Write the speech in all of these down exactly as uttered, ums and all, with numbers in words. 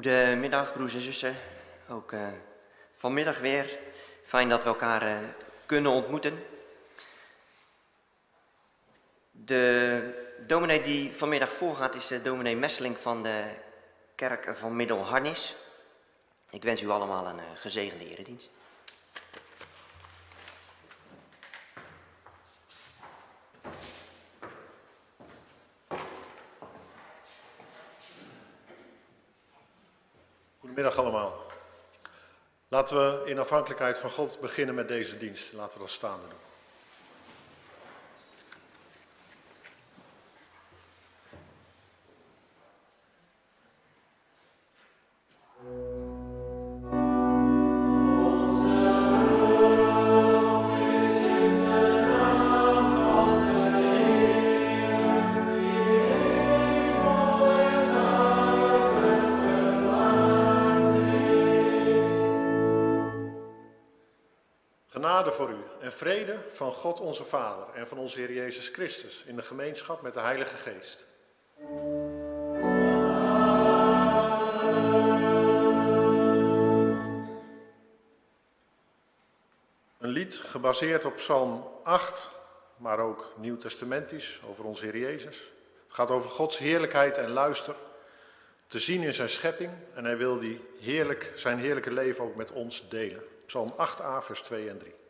Goedemiddag, broers en zussen. Ook uh, vanmiddag weer. Fijn dat we elkaar uh, kunnen ontmoeten. De dominee die vanmiddag voorgaat is de dominee Messeling van de kerk van Middelharnis. Ik wens u allemaal een uh, gezegende eredienst. Goedemiddag allemaal. Laten we in afhankelijkheid van God beginnen met deze dienst. Laten we dat staande doen. Voor u en vrede van God onze Vader en van onze Heer Jezus Christus in de gemeenschap met de Heilige Geest. Een lied gebaseerd op Psalm acht, maar ook nieuwtestamentisch over onze Heer Jezus. Het gaat over Gods heerlijkheid en luister, te zien in zijn schepping en hij wil die heerlijk, zijn heerlijke leven ook met ons delen. Psalm acht a, vers twee en drie.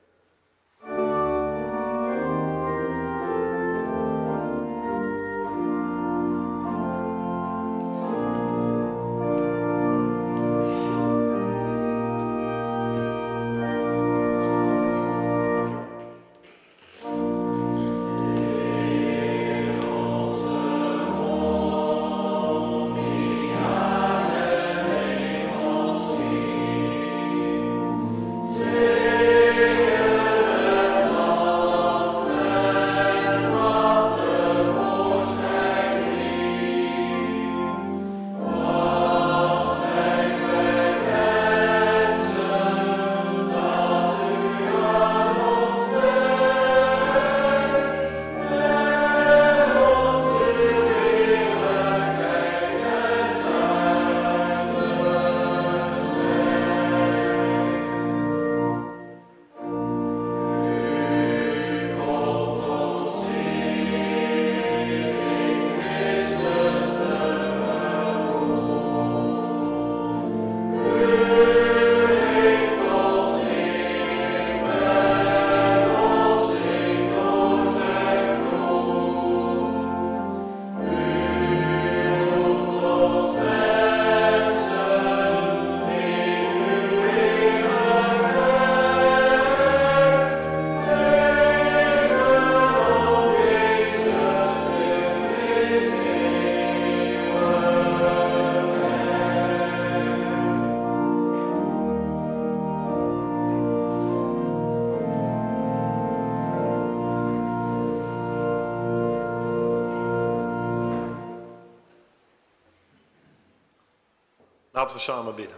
Laten we samen bidden.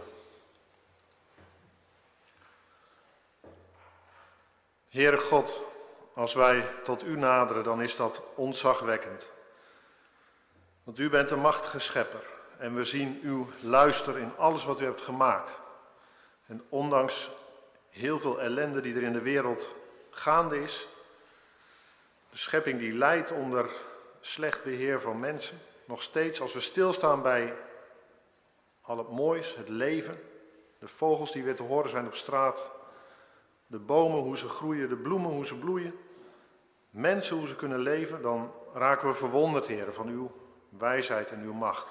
Heere God, als wij tot u naderen, dan is dat ontzagwekkend. Want u bent een machtige schepper en we zien uw luister in alles wat u hebt gemaakt. En ondanks heel veel ellende die er in de wereld gaande is, de schepping die lijdt onder slecht beheer van mensen, nog steeds als we stilstaan bij al het moois, het leven, de vogels die weer te horen zijn op straat, de bomen, hoe ze groeien, de bloemen, hoe ze bloeien, mensen, hoe ze kunnen leven, dan raken we verwonderd, Heer, van uw wijsheid en uw macht.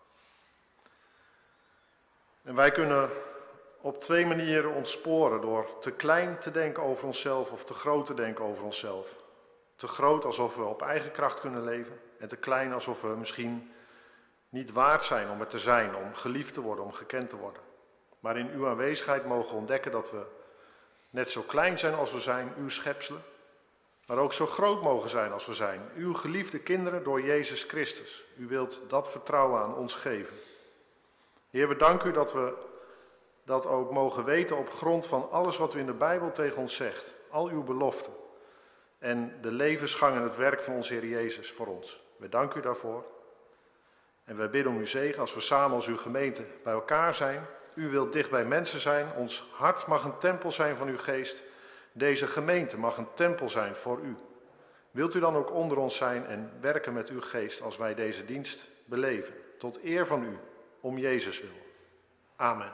En wij kunnen op twee manieren ontsporen, door te klein te denken over onszelf of te groot te denken over onszelf. Te groot alsof we op eigen kracht kunnen leven en te klein alsof we misschien niet waard zijn om er te zijn, om geliefd te worden, om gekend te worden. Maar in uw aanwezigheid mogen we ontdekken dat we net zo klein zijn als we zijn, uw schepselen, maar ook zo groot mogen zijn als we zijn. Uw geliefde kinderen door Jezus Christus. U wilt dat vertrouwen aan ons geven. Heer, we danken u dat we dat ook mogen weten op grond van alles wat u in de Bijbel tegen ons zegt. Al uw beloften en de levensgang en het werk van onze Heer Jezus voor ons. We danken u daarvoor. En wij bidden om uw zegen als we samen als uw gemeente bij elkaar zijn. U wilt dicht bij mensen zijn. Ons hart mag een tempel zijn van uw geest. Deze gemeente mag een tempel zijn voor u. Wilt u dan ook onder ons zijn en werken met uw geest als wij deze dienst beleven. Tot eer van u, om Jezus wil. Amen.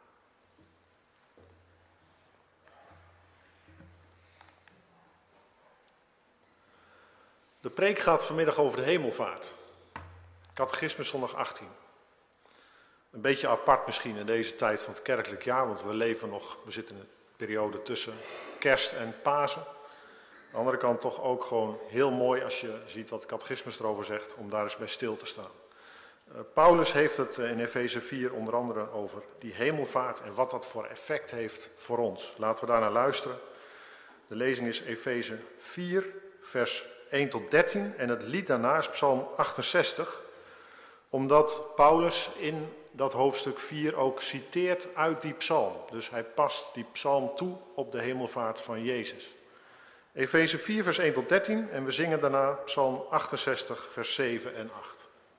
De preek gaat vanmiddag over de hemelvaart. Catechismus zondag achttien. Een beetje apart misschien in deze tijd van het kerkelijk jaar, want we leven nog, we zitten in een periode tussen kerst en Pasen. Aan de andere kant toch ook gewoon heel mooi als je ziet wat de catechismus erover zegt, om daar eens bij stil te staan. Uh, Paulus heeft het in Efeze vier onder andere over die hemelvaart en wat dat voor effect heeft voor ons. Laten we daar naar luisteren. De lezing is Efeze vier, vers één tot dertien en het lied daarna is Psalm achtenzestig, omdat Paulus in dat hoofdstuk vier ook citeert uit die psalm. Dus hij past die psalm toe op de hemelvaart van Jezus. Efeze vier, vers één tot dertien en we zingen daarna Psalm achtenzestig, vers zeven en acht.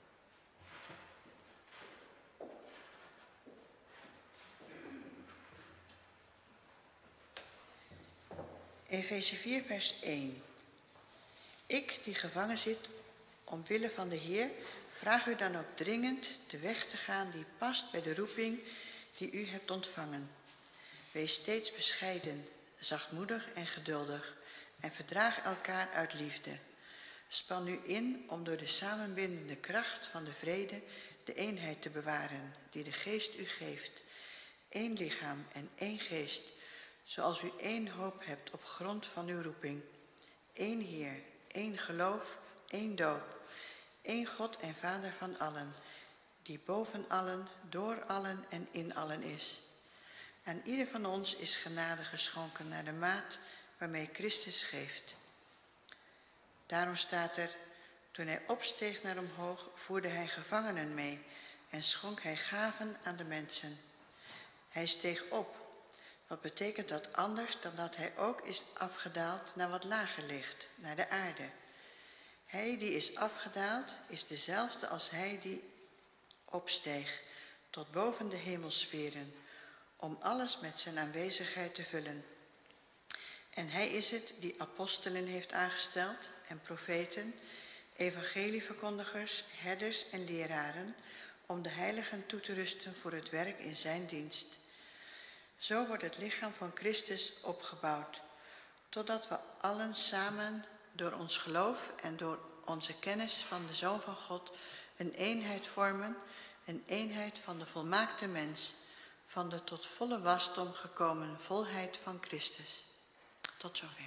Efeze vier, vers één. Ik, die gevangen zit omwille van de Heer, vraag u dan ook dringend de weg te gaan die past bij de roeping die u hebt ontvangen. Wees steeds bescheiden, zachtmoedig en geduldig en verdraag elkaar uit liefde. Span u in om door de samenbindende kracht van de vrede de eenheid te bewaren die de geest u geeft. Eén lichaam en één geest, zoals u één hoop hebt op grond van uw roeping. Eén Heer, één geloof, één doop. Eén God en Vader van allen, die boven allen, door allen en in allen is. Aan ieder van ons is genade geschonken naar de maat waarmee Christus geeft. Daarom staat er, toen hij opsteeg naar omhoog, voerde hij gevangenen mee en schonk hij gaven aan de mensen. Hij steeg op. Wat betekent dat anders dan dat hij ook is afgedaald naar wat lager ligt, naar de aarde. Hij die is afgedaald is dezelfde als hij die opsteeg tot boven de hemelsferen, om alles met zijn aanwezigheid te vullen. En hij is het die apostelen heeft aangesteld en profeten, evangelieverkondigers, herders en leraren, om de heiligen toe te rusten voor het werk in zijn dienst. Zo wordt het lichaam van Christus opgebouwd, totdat we allen samen door ons geloof en door onze kennis van de Zoon van God een eenheid vormen, een eenheid van de volmaakte mens, van de tot volle wasdom gekomen volheid van Christus. Tot zover.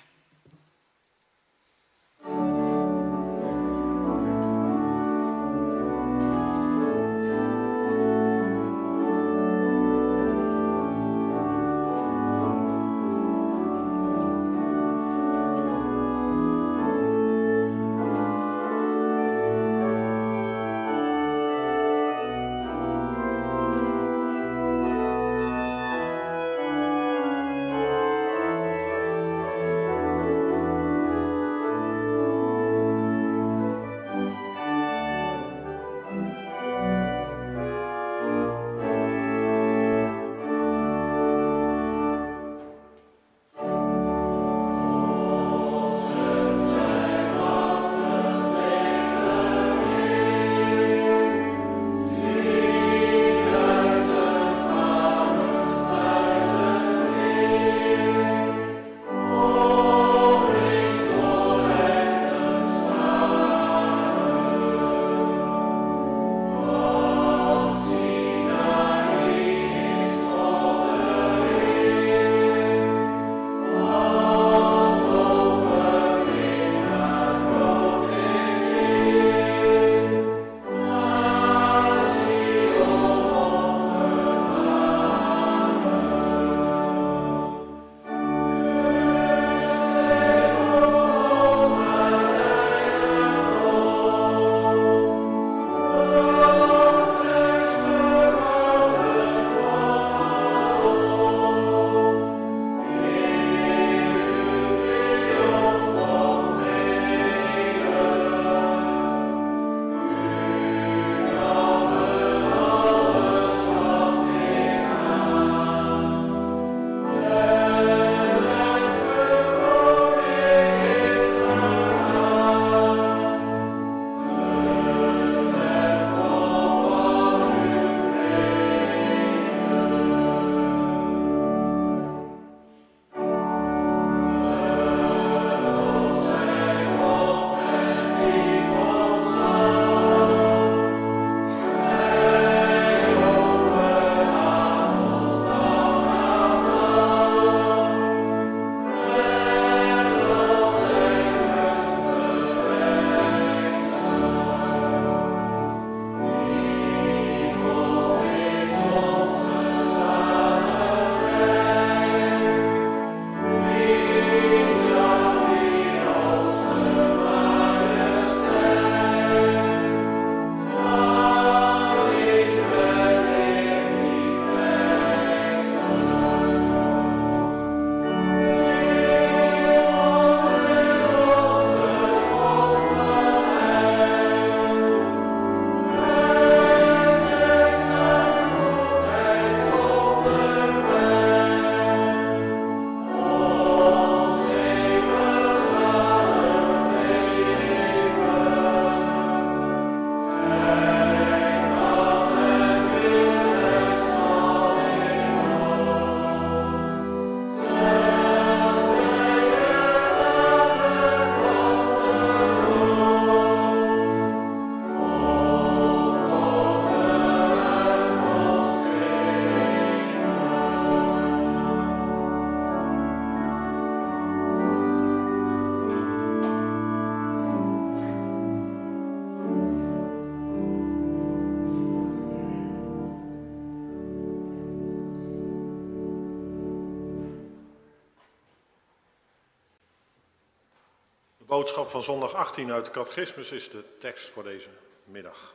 De boodschap van zondag achttien uit de catechismus is de tekst voor deze middag.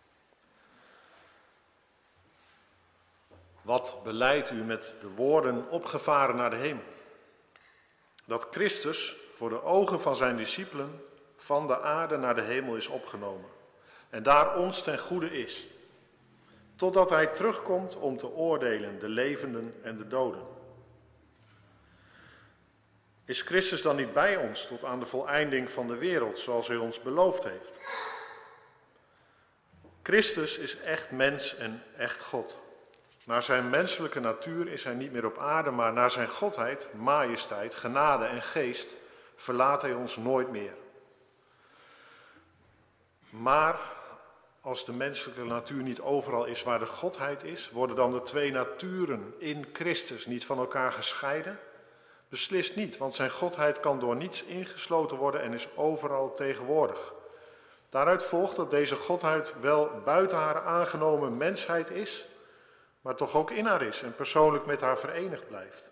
Wat beleidt u met de woorden opgevaren naar de hemel? Dat Christus voor de ogen van zijn discipelen van de aarde naar de hemel is opgenomen en daar ons ten goede is, totdat hij terugkomt om te oordelen de levenden en de doden. Is Christus dan niet bij ons tot aan de voleinding van de wereld, zoals hij ons beloofd heeft? Christus is echt mens en echt God. Naar zijn menselijke natuur is hij niet meer op aarde, maar naar zijn godheid, majesteit, genade en geest verlaat hij ons nooit meer. Maar als de menselijke natuur niet overal is waar de godheid is, worden dan de twee naturen in Christus niet van elkaar gescheiden? Beslist niet, want zijn godheid kan door niets ingesloten worden en is overal tegenwoordig. Daaruit volgt dat deze godheid wel buiten haar aangenomen mensheid is, maar toch ook in haar is en persoonlijk met haar verenigd blijft.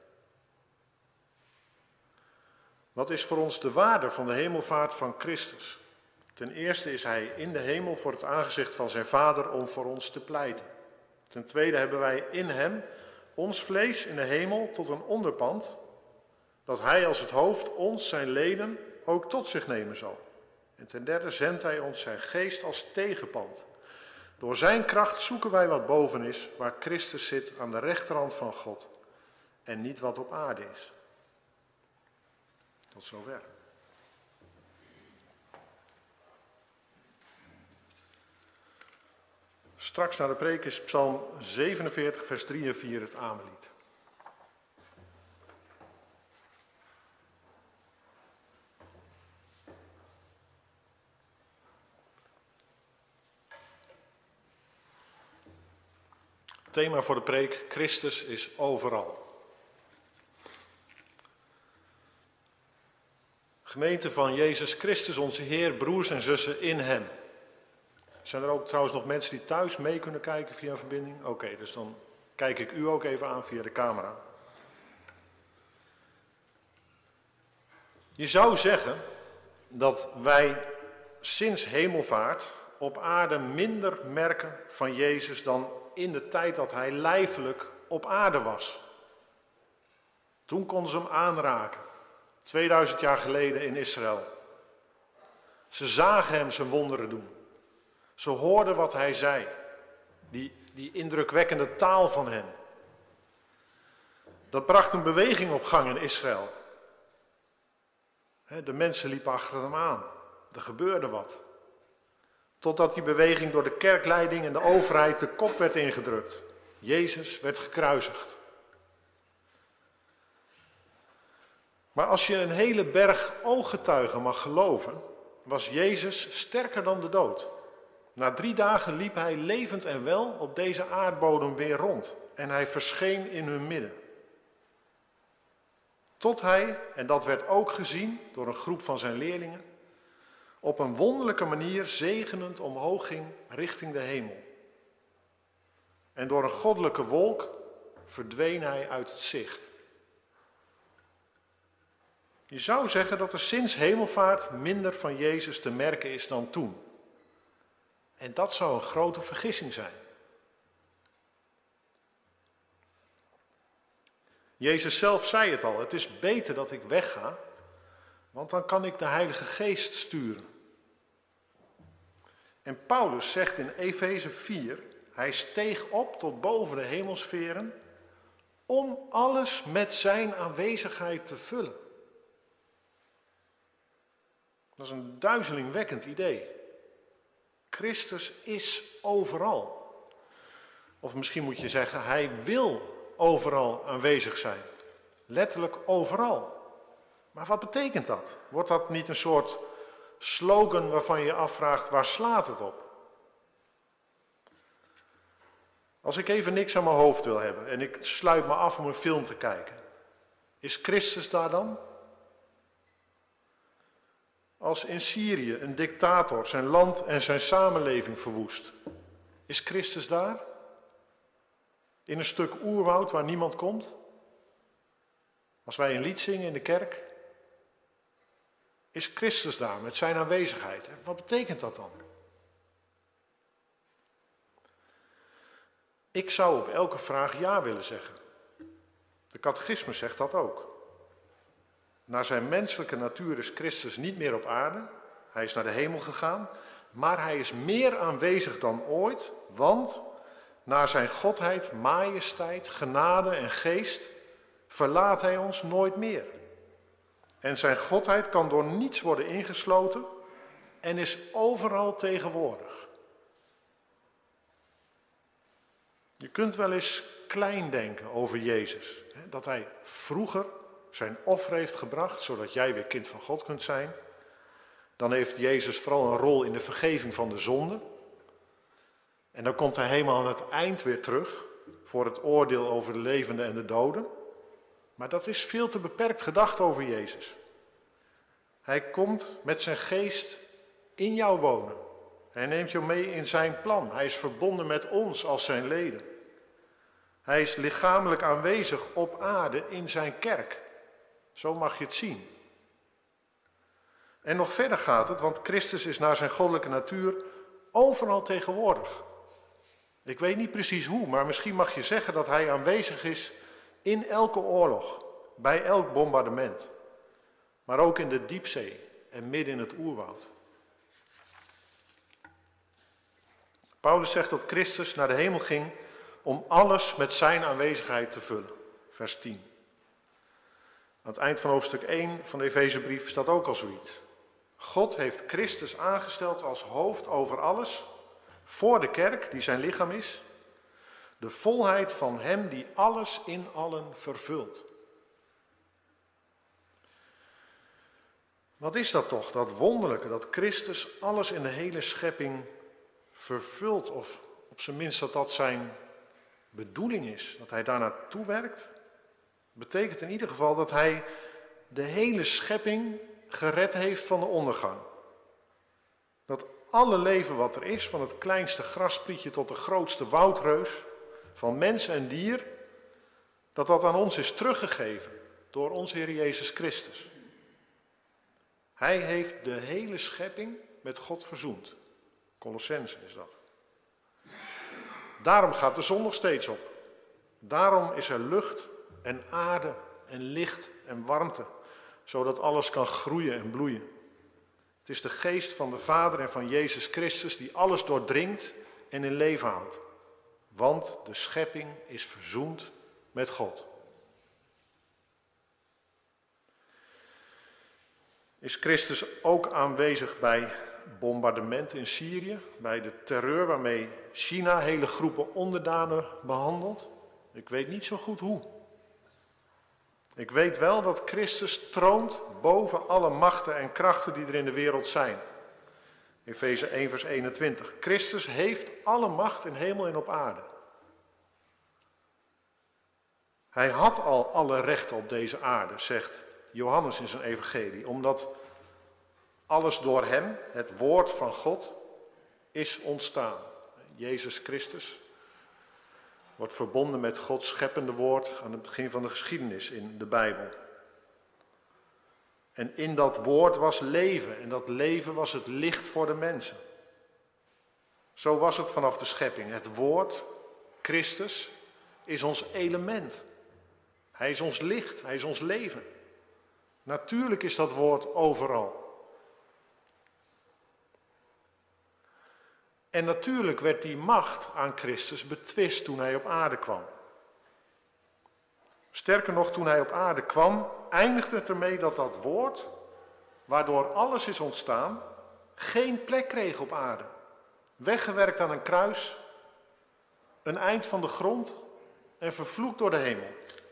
Wat is voor ons de waarde van de hemelvaart van Christus? Ten eerste is hij in de hemel voor het aangezicht van zijn Vader om voor ons te pleiten. Ten tweede hebben wij in hem ons vlees in de hemel tot een onderpand, dat hij als het hoofd ons, zijn leden, ook tot zich nemen zal. En ten derde zendt hij ons zijn geest als tegenpand. Door zijn kracht zoeken wij wat boven is, waar Christus zit aan de rechterhand van God en niet wat op aarde is. Tot zover. Straks na de preek is Psalm zevenenveertig, vers drie en vier het Amenlied. Thema voor de preek: Christus is overal. Gemeente van Jezus Christus, onze Heer, broers en zussen in hem. Zijn er ook trouwens nog mensen die thuis mee kunnen kijken via een verbinding? Oké, okay, dus dan kijk ik u ook even aan via de camera. Je zou zeggen dat wij sinds hemelvaart op aarde minder merken van Jezus dan in de tijd dat hij lijfelijk op aarde was. Toen konden ze hem aanraken, tweeduizend jaar geleden in Israël. Ze zagen hem zijn wonderen doen. Ze hoorden wat hij zei, die, die indrukwekkende taal van hem. Dat bracht een beweging op gang in Israël. De mensen liepen achter hem aan, er gebeurde wat. Totdat die beweging door de kerkleiding en de overheid de kop werd ingedrukt. Jezus werd gekruisigd. Maar als je een hele berg ooggetuigen mag geloven, was Jezus sterker dan de dood. Na drie dagen liep hij levend en wel op deze aardbodem weer rond en hij verscheen in hun midden. Tot hij, en dat werd ook gezien door een groep van zijn leerlingen, op een wonderlijke manier zegenend omhoog ging richting de hemel. En door een goddelijke wolk verdween hij uit het zicht. Je zou zeggen dat er sinds hemelvaart minder van Jezus te merken is dan toen. En dat zou een grote vergissing zijn. Jezus zelf zei het al, het is beter dat ik wegga, want dan kan ik de Heilige Geest sturen. En Paulus zegt in Efeze vier, hij steeg op tot boven de hemelsferen om alles met zijn aanwezigheid te vullen. Dat is een duizelingwekkend idee. Christus is overal. Of misschien moet je zeggen, hij wil overal aanwezig zijn. Letterlijk overal. Maar wat betekent dat? Wordt dat niet een soort slogan waarvan je je afvraagt, waar slaat het op? Als ik even niks aan mijn hoofd wil hebben en ik sluit me af om een film te kijken, is Christus daar dan? Als in Syrië een dictator zijn land en zijn samenleving verwoest, is Christus daar? In een stuk oerwoud waar niemand komt? Als wij een lied zingen in de kerk? is Christus daar met zijn aanwezigheid. Wat betekent dat dan? Ik zou op elke vraag ja willen zeggen. De catechismus zegt dat ook. Naar zijn menselijke natuur is Christus niet meer op aarde. Hij is naar de hemel gegaan. Maar hij is meer aanwezig dan ooit, want naar zijn godheid, majesteit, genade en geest verlaat hij ons nooit meer. En zijn godheid kan door niets worden ingesloten en is overal tegenwoordig. Je kunt wel eens klein denken over Jezus. Dat hij vroeger zijn offer heeft gebracht, zodat jij weer kind van God kunt zijn. Dan heeft Jezus vooral een rol in de vergeving van de zonde. En dan komt hij helemaal aan het eind weer terug voor het oordeel over de levenden en de doden. Maar dat is veel te beperkt gedacht over Jezus. Hij komt met zijn geest in jou wonen. Hij neemt je mee in zijn plan. Hij is verbonden met ons als zijn leden. Hij is lichamelijk aanwezig op aarde in zijn kerk. Zo mag je het zien. En nog verder gaat het, want Christus is naar zijn goddelijke natuur overal tegenwoordig. Ik weet niet precies hoe, maar misschien mag je zeggen dat hij aanwezig is in elke oorlog, bij elk bombardement. Maar ook in de diepzee en midden in het oerwoud. Paulus zegt dat Christus naar de hemel ging om alles met zijn aanwezigheid te vullen. Vers tien. Aan het eind van hoofdstuk één van de Efezebrief staat ook al zoiets. God heeft Christus aangesteld als hoofd over alles, voor de kerk, die zijn lichaam is, de volheid van hem die alles in allen vervult. Wat is dat toch, dat wonderlijke, dat Christus alles in de hele schepping vervult, of op zijn minst dat dat zijn bedoeling is, dat hij daar naartoe werkt? Betekent in ieder geval dat hij de hele schepping gered heeft van de ondergang. Dat alle leven wat er is, van het kleinste grasprietje tot de grootste woudreus, van mens en dier, dat dat aan ons is teruggegeven door onze Heer Jezus Christus. Hij heeft de hele schepping met God verzoend. Colossenzen is dat. Daarom gaat de zon nog steeds op. Daarom is er lucht en aarde en licht en warmte, zodat alles kan groeien en bloeien. Het is de geest van de Vader en van Jezus Christus die alles doordringt en in leven houdt. Want de schepping is verzoend met God. Is Christus ook aanwezig bij bombardementen in Syrië, bij de terreur waarmee China hele groepen onderdanen behandelt? Ik weet niet zo goed hoe. Ik weet wel dat Christus troont boven alle machten en krachten die er in de wereld zijn. Efeze één vers eenentwintig. Christus heeft alle macht in hemel en op aarde. Hij had al alle rechten op deze aarde, zegt Johannes in zijn evangelie, omdat alles door hem, het woord van God, is ontstaan. Jezus Christus wordt verbonden met Gods scheppende woord aan het begin van de geschiedenis in de Bijbel. En in dat woord was leven en dat leven was het licht voor de mensen. Zo was het vanaf de schepping. Het woord, Christus, is ons element. Hij is ons licht, hij is ons leven. Natuurlijk is dat woord overal. En natuurlijk werd die macht aan Christus betwist toen hij op aarde kwam. Sterker nog, toen hij op aarde kwam, eindigde het ermee dat dat woord, waardoor alles is ontstaan, geen plek kreeg op aarde. Weggewerkt aan een kruis, een eind van de grond en vervloekt door de hemel.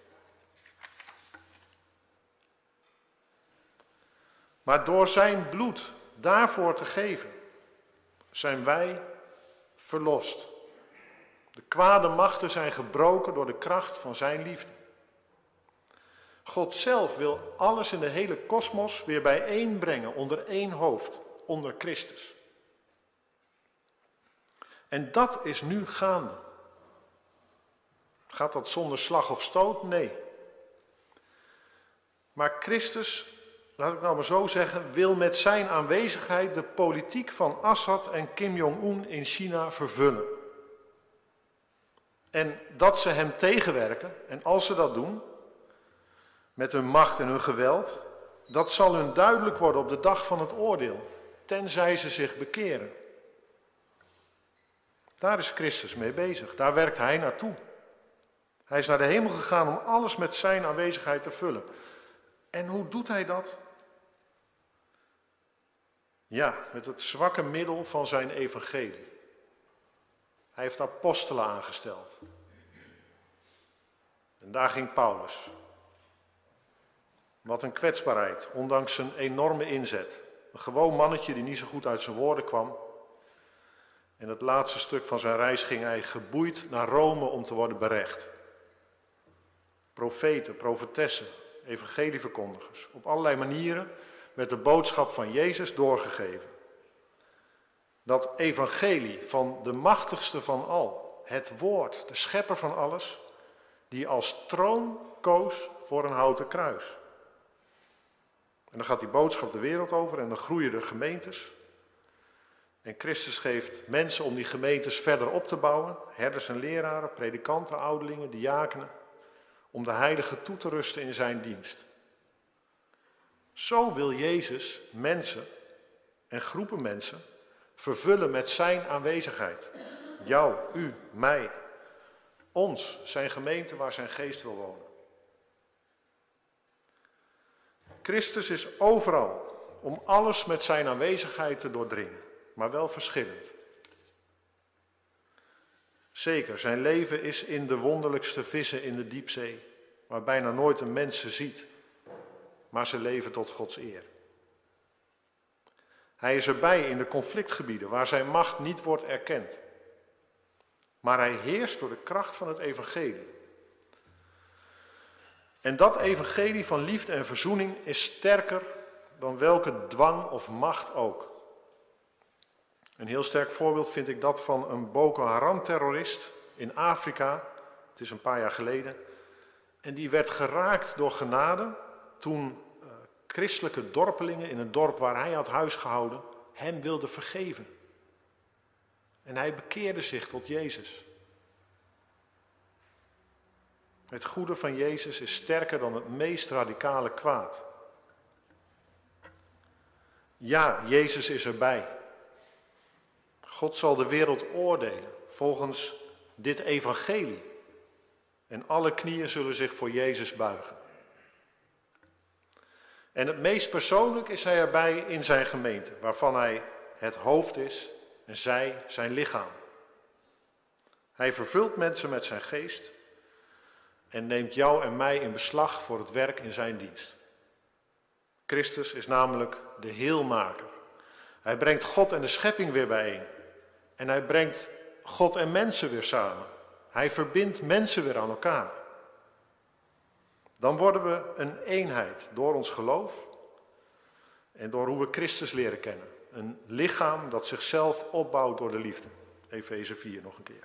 Maar door zijn bloed daarvoor te geven, zijn wij verlost. De kwade machten zijn gebroken door de kracht van zijn liefde. God zelf wil alles in de hele kosmos weer bijeenbrengen onder één hoofd, onder Christus. En dat is nu gaande. Gaat dat zonder slag of stoot? Nee. Maar Christus laat ik nou maar zo zeggen, wil met zijn aanwezigheid de politiek van Assad en Kim Jong-un in China vervullen. En dat ze hem tegenwerken, en als ze dat doen, met hun macht en hun geweld, dat zal hun duidelijk worden op de dag van het oordeel, tenzij ze zich bekeren. Daar is Christus mee bezig, daar werkt hij naartoe. Hij is naar de hemel gegaan om alles met zijn aanwezigheid te vullen. En hoe doet hij dat? Ja, met het zwakke middel van zijn evangelie. Hij heeft apostelen aangesteld. En daar ging Paulus. Wat een kwetsbaarheid, ondanks zijn enorme inzet. Een gewoon mannetje die niet zo goed uit zijn woorden kwam. En het laatste stuk van zijn reis ging hij geboeid naar Rome om te worden berecht. Profeten, profetessen, evangelieverkondigers. Op allerlei manieren werd de boodschap van Jezus doorgegeven. Dat evangelie van de machtigste van al, het woord, de schepper van alles, die als troon koos voor een houten kruis. En dan gaat die boodschap de wereld over en dan groeien de gemeentes. En Christus geeft mensen om die gemeentes verder op te bouwen, herders en leraren, predikanten, ouderlingen, diakenen, om de heilige toe te rusten in zijn dienst. Zo wil Jezus mensen en groepen mensen vervullen met zijn aanwezigheid. Jou, u, mij, ons, zijn gemeente waar zijn geest wil wonen. Christus is overal om alles met zijn aanwezigheid te doordringen, maar wel verschillend. Zeker, zijn leven is in de wonderlijkste vissen in de diepzee, waar bijna nooit een mens ze ziet, maar ze leven tot Gods eer. Hij is erbij in de conflictgebieden waar zijn macht niet wordt erkend. Maar hij heerst door de kracht van het evangelie. En dat evangelie van liefde en verzoening is sterker dan welke dwang of macht ook. Een heel sterk voorbeeld vind ik dat van een Boko Haram-terrorist in Afrika. Het is een paar jaar geleden. En die werd geraakt door genade toen uh, christelijke dorpelingen in een dorp waar hij had huisgehouden hem wilden vergeven. En hij bekeerde zich tot Jezus. Het goede van Jezus is sterker dan het meest radicale kwaad. Ja, Jezus is erbij. God zal de wereld oordelen volgens dit evangelie. En alle knieën zullen zich voor Jezus buigen. En het meest persoonlijk is hij erbij in zijn gemeente, waarvan hij het hoofd is en zij zijn lichaam. Hij vervult mensen met zijn geest en neemt jou en mij in beslag voor het werk in zijn dienst. Christus is namelijk de heelmaker. Hij brengt God en de schepping weer bijeen. En hij brengt God en mensen weer samen. Hij verbindt mensen weer aan elkaar. Dan worden we een eenheid door ons geloof en door hoe we Christus leren kennen. Een lichaam dat zichzelf opbouwt door de liefde. Efeze vier nog een keer.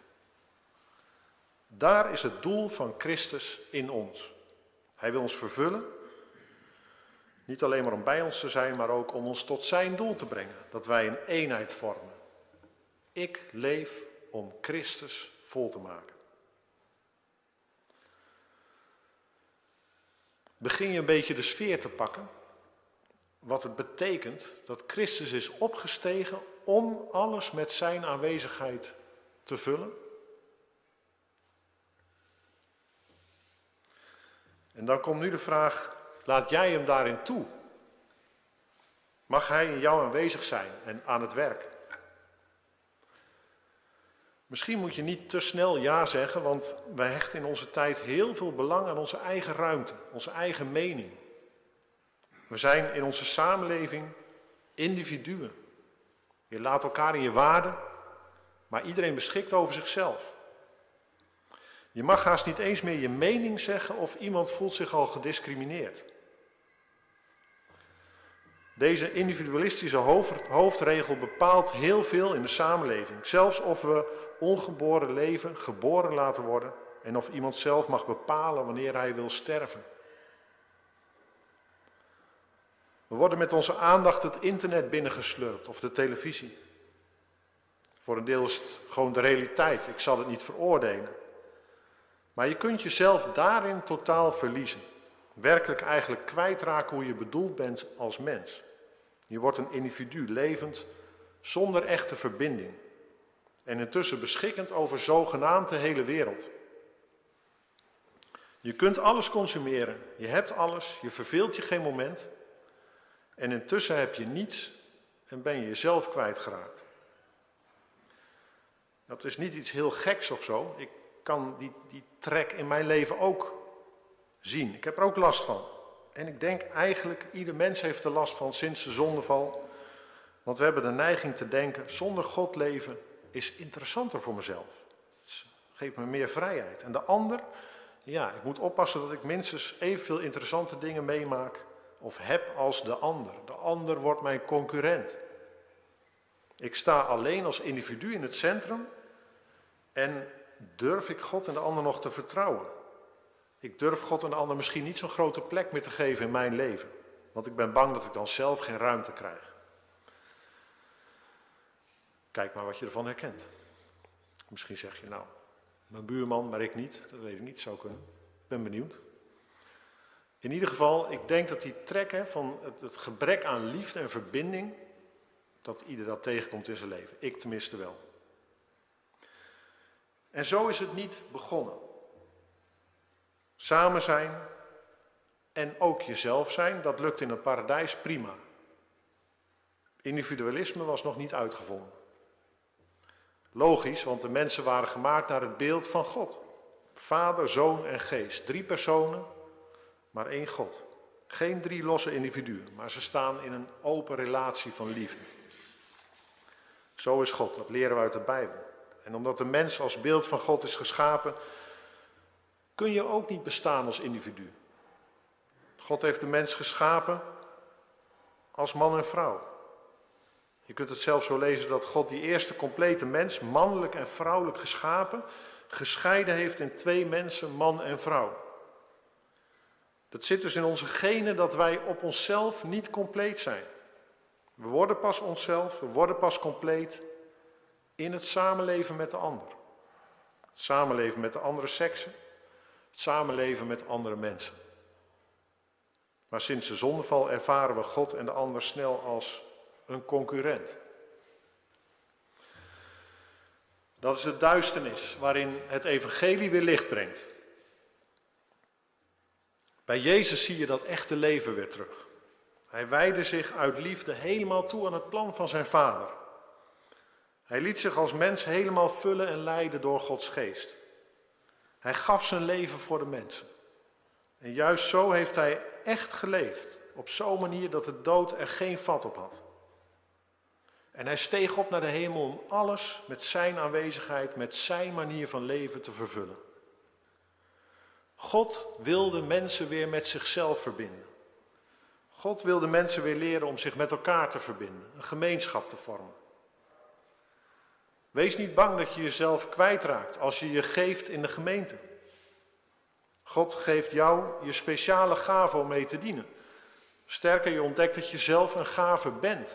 Daar is het doel van Christus in ons. Hij wil ons vervullen. Niet alleen maar om bij ons te zijn, maar ook om ons tot zijn doel te brengen. Dat wij een eenheid vormen. Ik leef om Christus vol te maken. Begin je een beetje de sfeer te pakken. Wat het betekent dat Christus is opgestegen om alles met zijn aanwezigheid te vullen. En dan komt nu de vraag, laat jij hem daarin toe? Mag hij in jou aanwezig zijn en aan het werk? Misschien moet je niet te snel ja zeggen, want wij hechten in onze tijd heel veel belang aan onze eigen ruimte, onze eigen mening. We zijn in onze samenleving individuen. Je laat elkaar in je waarde, maar iedereen beschikt over zichzelf. Je mag haast niet eens meer je mening zeggen of iemand voelt zich al gediscrimineerd. Deze individualistische hoofdregel bepaalt heel veel in de samenleving. Zelfs of we ongeboren leven, geboren laten worden en of iemand zelf mag bepalen wanneer hij wil sterven. We worden met onze aandacht het internet binnengeslurpt of de televisie. Voor een deel is het gewoon de realiteit, ik zal het niet veroordelen. Maar je kunt jezelf daarin totaal verliezen. Werkelijk eigenlijk kwijtraken hoe je bedoeld bent als mens. Je wordt een individu, levend, zonder echte verbinding. En intussen beschikkend over zogenaamd de hele wereld. Je kunt alles consumeren, je hebt alles, je verveelt je geen moment. En intussen heb je niets en ben je jezelf kwijtgeraakt. Dat is niet iets heel geks of zo. Ik kan die, die trek in mijn leven ook zien. Ik heb er ook last van. En ik denk eigenlijk, ieder mens heeft er last van sinds de zondeval. Want we hebben de neiging te denken, zonder God leven is interessanter voor mezelf. Het geeft me meer vrijheid. En de ander, ja, ik moet oppassen dat ik minstens evenveel interessante dingen meemaak of heb als de ander. De ander wordt mijn concurrent. Ik sta alleen als individu in het centrum en durf ik God en de ander nog te vertrouwen. Ik durf God en de ander misschien niet zo'n grote plek meer te geven in mijn leven. Want ik ben bang dat ik dan zelf geen ruimte krijg. Kijk maar wat je ervan herkent. Misschien zeg je nou, mijn buurman, maar ik niet. Dat weet ik niet, zou kunnen. Ik ben benieuwd. In ieder geval, ik denk dat die trek hè, van het, het gebrek aan liefde en verbinding, dat ieder dat tegenkomt in zijn leven. Ik tenminste wel. En zo is het niet begonnen. Samen zijn en ook jezelf zijn, dat lukt in een paradijs prima. Individualisme was nog niet uitgevonden. Logisch, want de mensen waren gemaakt naar het beeld van God. Vader, Zoon en Geest. Drie personen, maar één God. Geen drie losse individuen, maar ze staan in een open relatie van liefde. Zo is God, dat leren we uit de Bijbel. En omdat de mens als beeld van God is geschapen, kun je ook niet bestaan als individu. God heeft de mens geschapen als man en vrouw. Je kunt het zelfs zo lezen dat God die eerste complete mens, mannelijk en vrouwelijk geschapen, gescheiden heeft in twee mensen, man en vrouw. Dat zit dus in onze genen dat wij op onszelf niet compleet zijn. We worden pas onszelf, we worden pas compleet in het samenleven met de ander. Het samenleven met de andere seksen, het samenleven met andere mensen. Maar sinds de zondeval ervaren we God en de ander snel als een concurrent. Dat is de duisternis waarin het evangelie weer licht brengt. Bij Jezus zie je dat echte leven weer terug. Hij wijdde zich uit liefde helemaal toe aan het plan van zijn Vader. Hij liet zich als mens helemaal vullen en leiden door Gods geest. Hij gaf zijn leven voor de mensen. En juist zo heeft hij echt geleefd. Op zo'n manier dat de dood er geen vat op had. En hij steeg op naar de hemel om alles met zijn aanwezigheid, met zijn manier van leven te vervullen. God wilde mensen weer met zichzelf verbinden. God wilde mensen weer leren om zich met elkaar te verbinden, een gemeenschap te vormen. Wees niet bang dat je jezelf kwijtraakt als je je geeft in de gemeente. God geeft jou je speciale gave om mee te dienen. Sterker, je ontdekt dat je zelf een gave bent.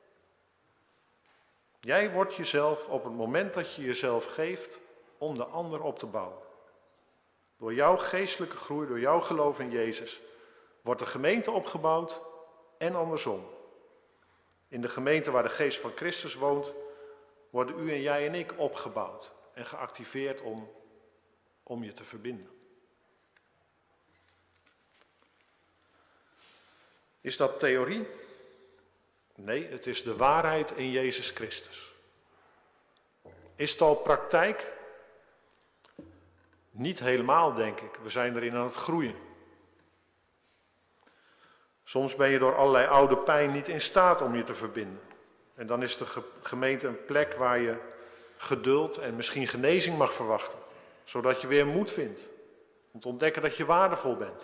Jij wordt jezelf op het moment dat je jezelf geeft om de ander op te bouwen. Door jouw geestelijke groei, door jouw geloof in Jezus, wordt de gemeente opgebouwd en andersom. In de gemeente waar de geest van Christus woont, worden u en jij en ik opgebouwd en geactiveerd om, om je te verbinden. Is dat theorie? Nee, het is de waarheid in Jezus Christus. Is het al praktijk? Niet helemaal, denk ik. We zijn erin aan het groeien. Soms ben je door allerlei oude pijn niet in staat om je te verbinden. En dan is de gemeente een plek waar je geduld en misschien genezing mag verwachten. Zodat je weer moed vindt om te ontdekken dat je waardevol bent.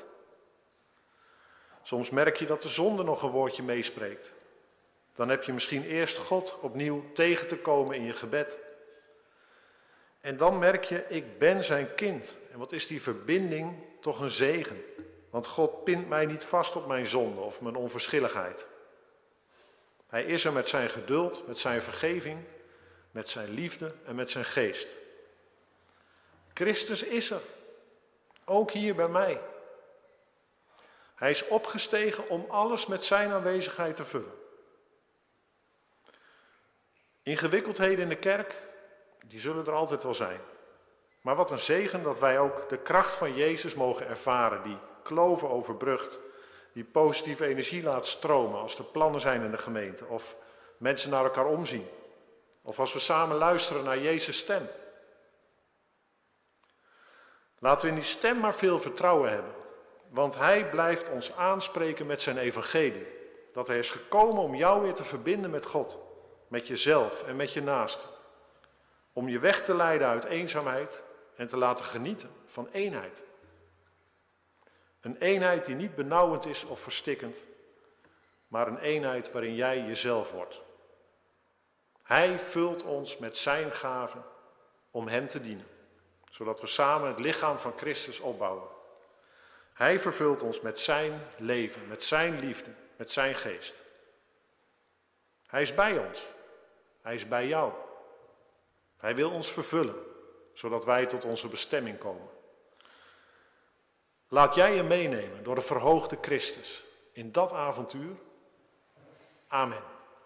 Soms merk je dat de zonde nog een woordje meespreekt. Dan heb je misschien eerst God opnieuw tegen te komen in je gebed. En dan merk je, ik ben zijn kind. En wat is die verbinding toch een zegen. Want God pint mij niet vast op mijn zonde of mijn onverschilligheid. Hij is er met zijn geduld, met zijn vergeving, met zijn liefde en met zijn geest. Christus is er, ook hier bij mij. Hij is opgestegen om alles met zijn aanwezigheid te vullen. Ingewikkeldheden in de kerk, die zullen er altijd wel zijn. Maar wat een zegen dat wij ook de kracht van Jezus mogen ervaren, die kloven overbrugt, die positieve energie laat stromen als er plannen zijn in de gemeente, of mensen naar elkaar omzien, of als we samen luisteren naar Jezus' stem. Laten we in die stem maar veel vertrouwen hebben, want hij blijft ons aanspreken met zijn evangelie. Dat hij is gekomen om jou weer te verbinden met God, met jezelf en met je naaste. Om je weg te leiden uit eenzaamheid en te laten genieten van eenheid. Een eenheid die niet benauwend is of verstikkend, maar een eenheid waarin jij jezelf wordt. Hij vult ons met zijn gaven om hem te dienen, zodat we samen het lichaam van Christus opbouwen. Hij vervult ons met zijn leven, met zijn liefde, met zijn geest. Hij is bij ons. Hij is bij jou. Hij wil ons vervullen, zodat wij tot onze bestemming komen. Laat jij je meenemen door de verhoogde Christus in dat avontuur. Amen.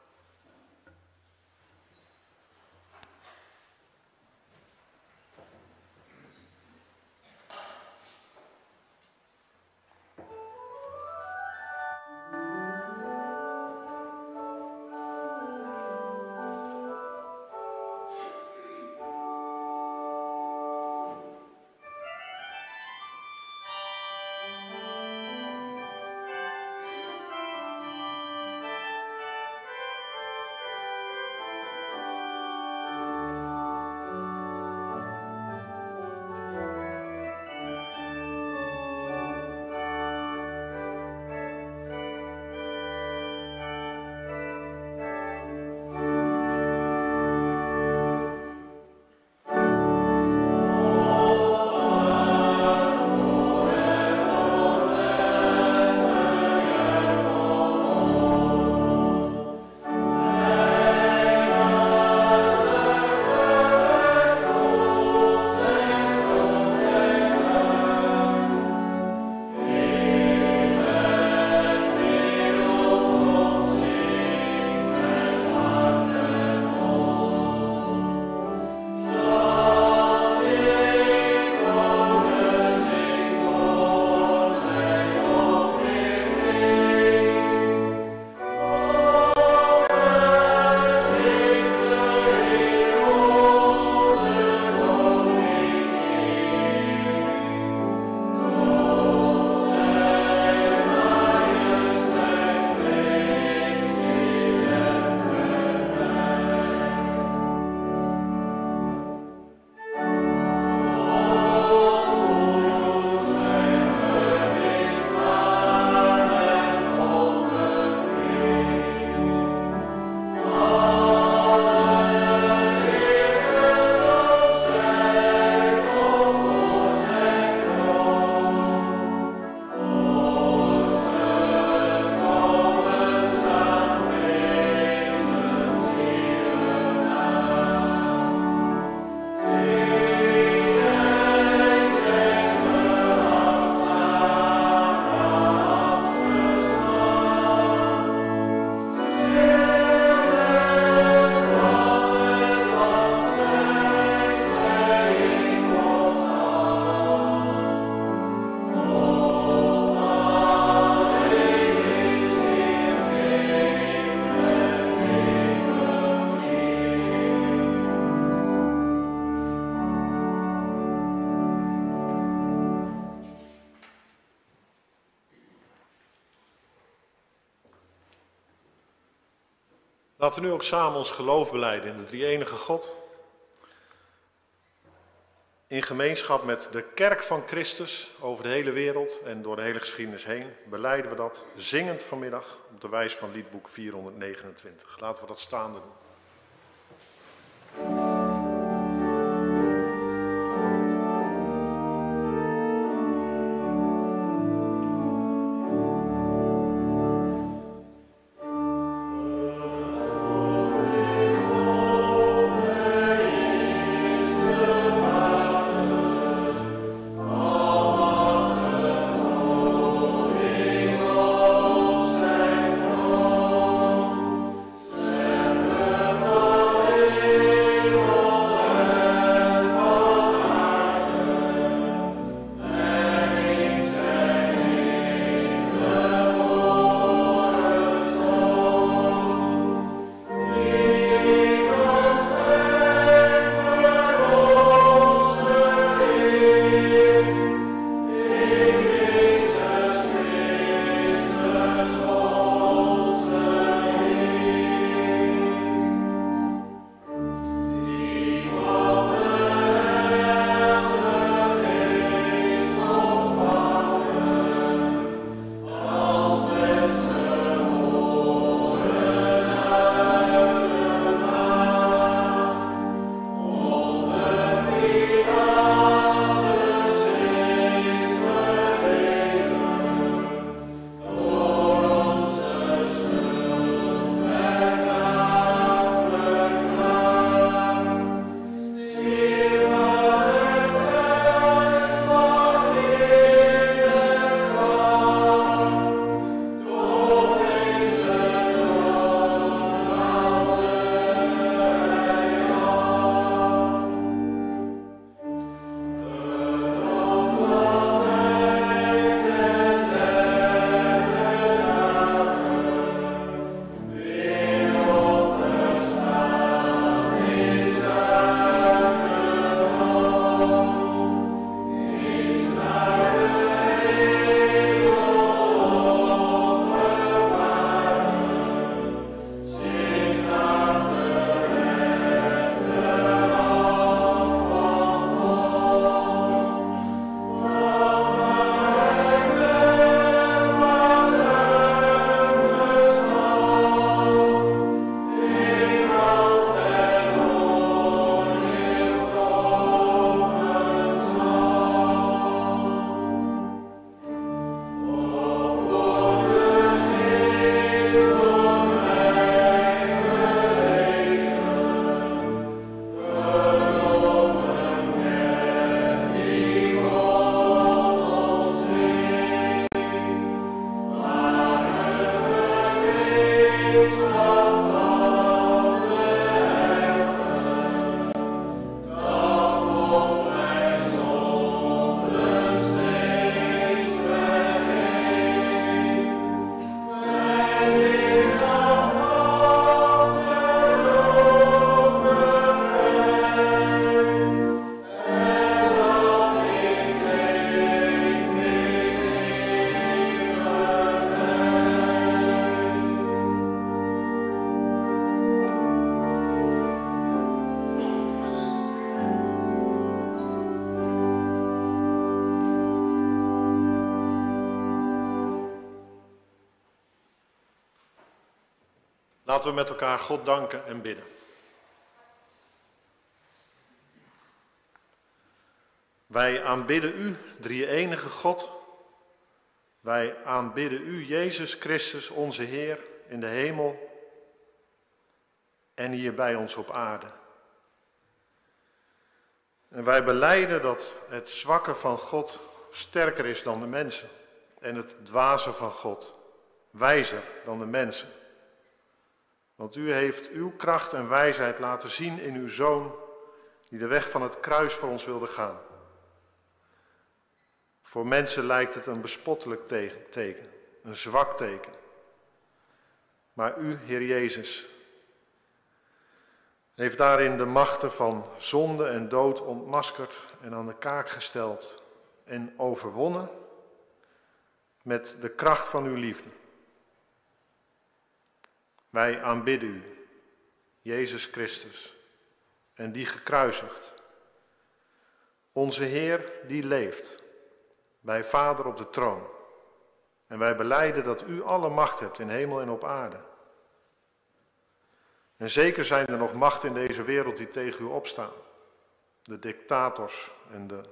Laten we nu ook samen ons geloof belijden in de drie-enige God. In gemeenschap met de kerk van Christus over de hele wereld en door de hele geschiedenis heen belijden we dat zingend vanmiddag op de wijze van liedboek vierhonderdnegenentwintig. Laten we dat staande doen. Laten we met elkaar God danken en bidden. Wij aanbidden u, drie-enige God. Wij aanbidden u, Jezus Christus, onze Heer, in de hemel en hier bij ons op aarde. En wij belijden dat het zwakke van God sterker is dan de mensen en het dwaze van God wijzer dan de mensen. Want u heeft uw kracht en wijsheid laten zien in uw Zoon, die de weg van het kruis voor ons wilde gaan. Voor mensen lijkt het een bespottelijk teken, een zwak teken. Maar u, Heer Jezus, heeft daarin de machten van zonde en dood ontmaskerd en aan de kaak gesteld en overwonnen met de kracht van uw liefde. Wij aanbidden u, Jezus Christus, en die gekruisigd. Onze Heer die leeft, bij Vader op de troon. En wij belijden dat u alle macht hebt in hemel en op aarde. En zeker zijn er nog machten in deze wereld die tegen u opstaan. De dictators en de,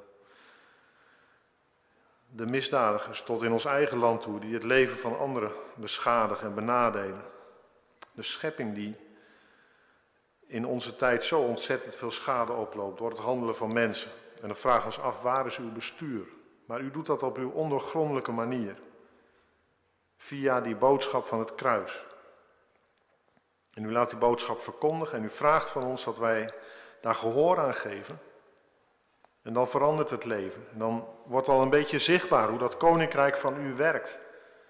de misdadigers tot in ons eigen land toe, die het leven van anderen beschadigen en benadelen. De schepping die in onze tijd zo ontzettend veel schade oploopt door het handelen van mensen. En dan vragen we ons af, waar is uw bestuur? Maar u doet dat op uw ondoorgrondelijke manier. Via die boodschap van het kruis. En u laat die boodschap verkondigen en u vraagt van ons dat wij daar gehoor aan geven. En dan verandert het leven. En dan wordt al een beetje zichtbaar hoe dat koninkrijk van u werkt.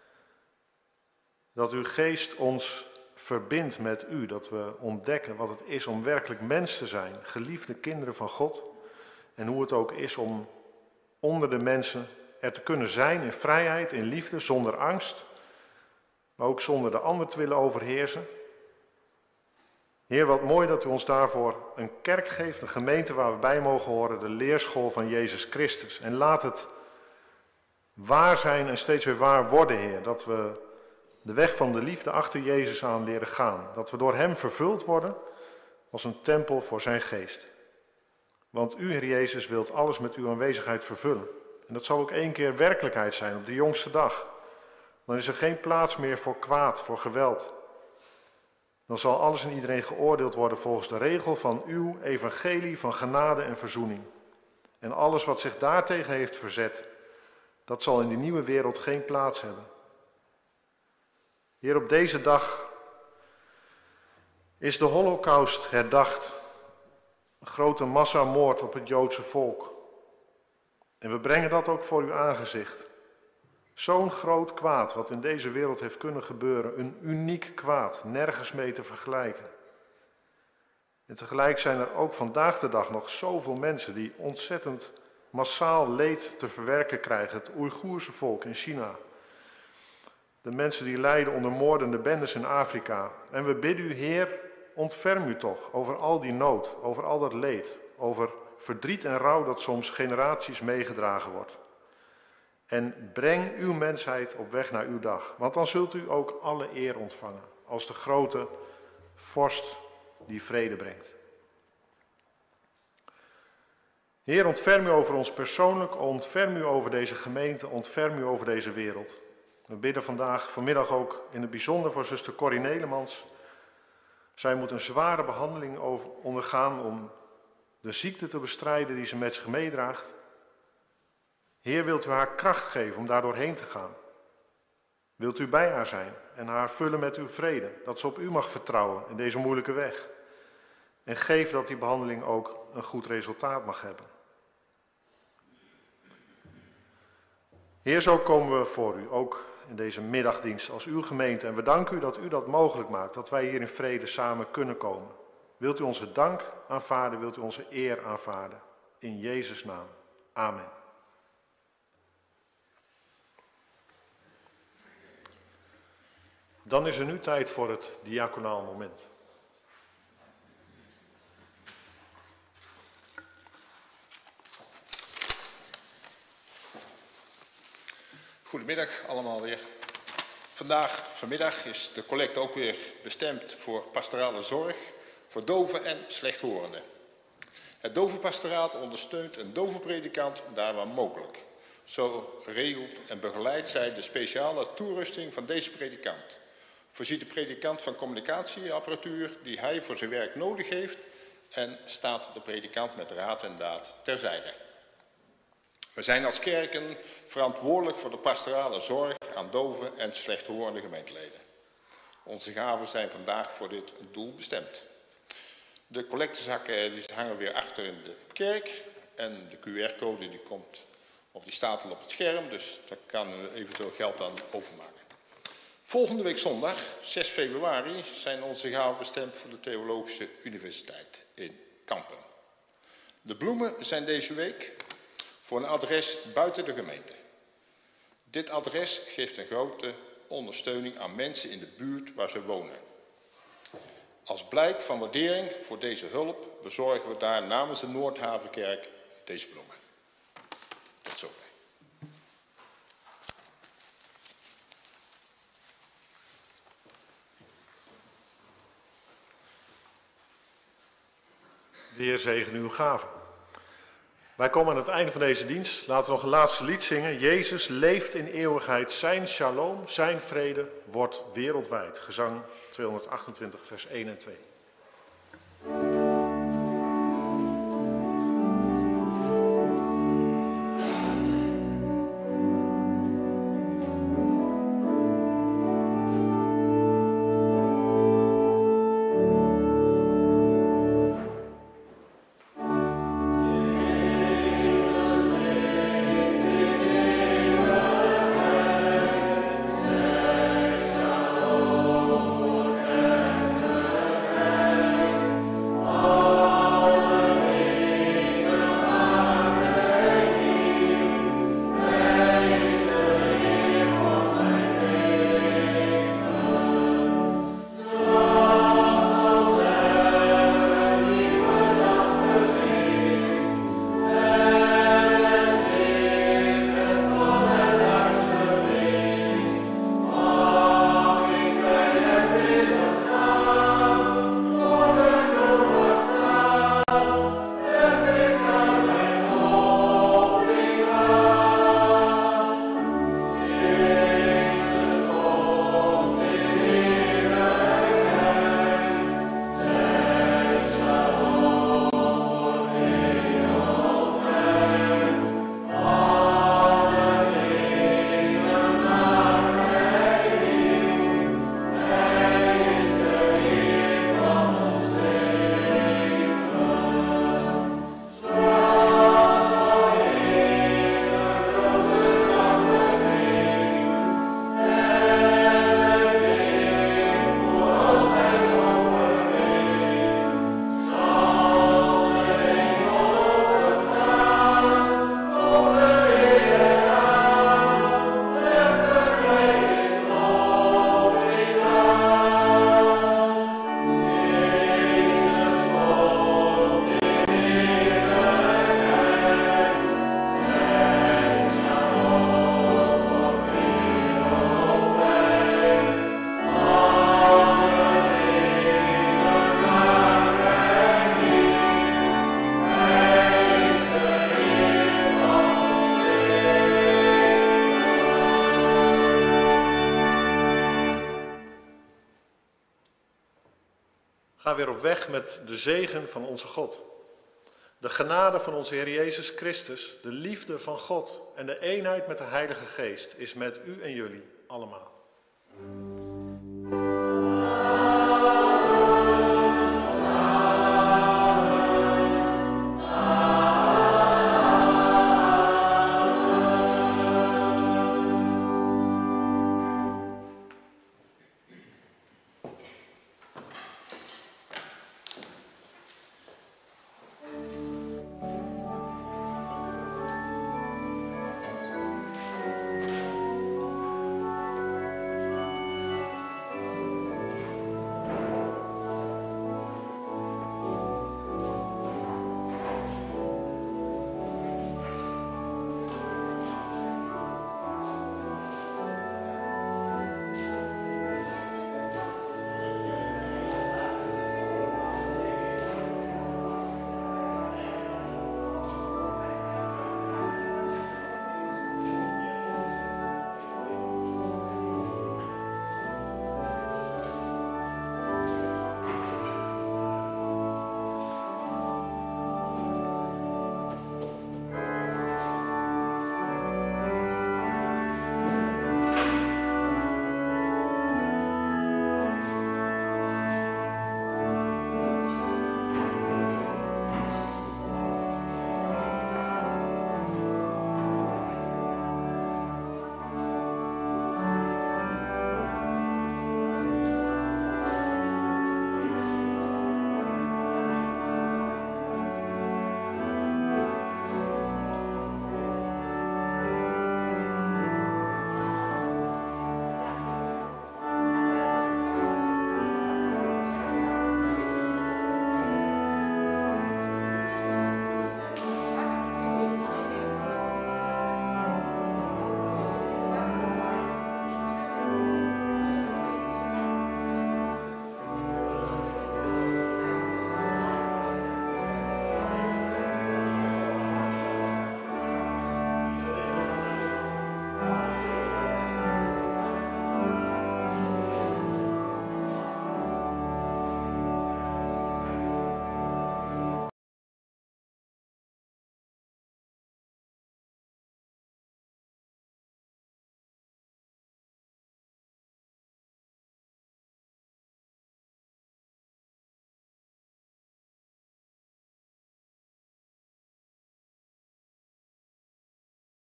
Dat uw geest ons verbindt met u. Dat we ontdekken wat het is om werkelijk mens te zijn. Geliefde kinderen van God. En hoe het ook is om onder de mensen er te kunnen zijn in vrijheid, in liefde, zonder angst. Maar ook zonder de ander te willen overheersen. Heer, wat mooi dat u ons daarvoor een kerk geeft, een gemeente waar we bij mogen horen, de leerschool van Jezus Christus. En laat het waar zijn en steeds weer waar worden, Heer. Dat we de weg van de liefde achter Jezus aan leren gaan. Dat we door hem vervuld worden als een tempel voor zijn geest. Want u, Heer Jezus, wilt alles met uw aanwezigheid vervullen. En dat zal ook één keer werkelijkheid zijn op de jongste dag. Dan is er geen plaats meer voor kwaad, voor geweld. Dan zal alles en iedereen geoordeeld worden volgens de regel van uw evangelie van genade en verzoening. En alles wat zich daartegen heeft verzet, dat zal in die nieuwe wereld geen plaats hebben. Heer, op deze dag is de Holocaust herdacht. Een grote massamoord op het Joodse volk. En we brengen dat ook voor uw aangezicht. Zo'n groot kwaad wat in deze wereld heeft kunnen gebeuren. Een uniek kwaad, nergens mee te vergelijken. En tegelijk zijn er ook vandaag de dag nog zoveel mensen die ontzettend massaal leed te verwerken krijgen. Het Oeigoerse volk in China. De mensen die lijden onder moordende bendes in Afrika. En we bidden u, Heer, ontferm u toch over al die nood, over al dat leed. Over verdriet en rouw dat soms generaties meegedragen wordt. En breng uw mensheid op weg naar uw dag. Want dan zult u ook alle eer ontvangen. Als de grote vorst die vrede brengt. Heer, ontferm u over ons persoonlijk. Ontferm u over deze gemeente. Ontferm u over deze wereld. We bidden vandaag, vanmiddag ook in het bijzonder voor zuster Corrie Nelemans. Zij moet een zware behandeling over, ondergaan om de ziekte te bestrijden die ze met zich meedraagt. Heer, wilt u haar kracht geven om daar doorheen te gaan? Wilt u bij haar zijn en haar vullen met uw vrede, dat ze op u mag vertrouwen in deze moeilijke weg? En geef dat die behandeling ook een goed resultaat mag hebben. Heer, zo komen we voor u, ook in deze middagdienst als uw gemeente. En we danken u dat u dat mogelijk maakt, dat wij hier in vrede samen kunnen komen. Wilt u onze dank aanvaarden, wilt u onze eer aanvaarden. In Jezus' naam. Amen. Dan is er nu tijd voor het diaconaal moment. Goedemiddag allemaal weer. Vandaag, vanmiddag, is de collecte ook weer bestemd voor pastorale zorg voor doven en slechthorenden. Het dovenpastoraat ondersteunt een dovenpredikant daar waar mogelijk. Zo regelt en begeleidt zij de speciale toerusting van deze predikant. Voorziet de predikant van communicatieapparatuur die hij voor zijn werk nodig heeft en staat de predikant met raad en daad terzijde. We zijn als kerken verantwoordelijk voor de pastorale zorg aan doven en slechthorende gemeenteleden. Onze gaven zijn vandaag voor dit doel bestemd. De collectezakken die hangen weer achter in de kerk en de Q R-code die komt of die staat al op het scherm, dus daar kan u eventueel geld aan overmaken. Volgende week zondag, zes februari, zijn onze gaven bestemd voor de Theologische Universiteit in Kampen. De bloemen zijn deze week voor een adres buiten de gemeente. Dit adres geeft een grote ondersteuning aan mensen in de buurt waar ze wonen. Als blijk van waardering voor deze hulp bezorgen we daar namens de Noordhavenkerk deze bloemen. Tot zover. De Heer zegen uw gaven. Wij komen aan het einde van deze dienst. Laten we nog een laatste lied zingen. Jezus leeft in eeuwigheid. Zijn shalom, zijn vrede wordt wereldwijd. Gezang tweehonderdachtentwintig, vers één en twee. Ga weer op weg met de zegen van onze God. De genade van onze Heer Jezus Christus, de liefde van God en de eenheid met de Heilige Geest is met u en jullie allemaal.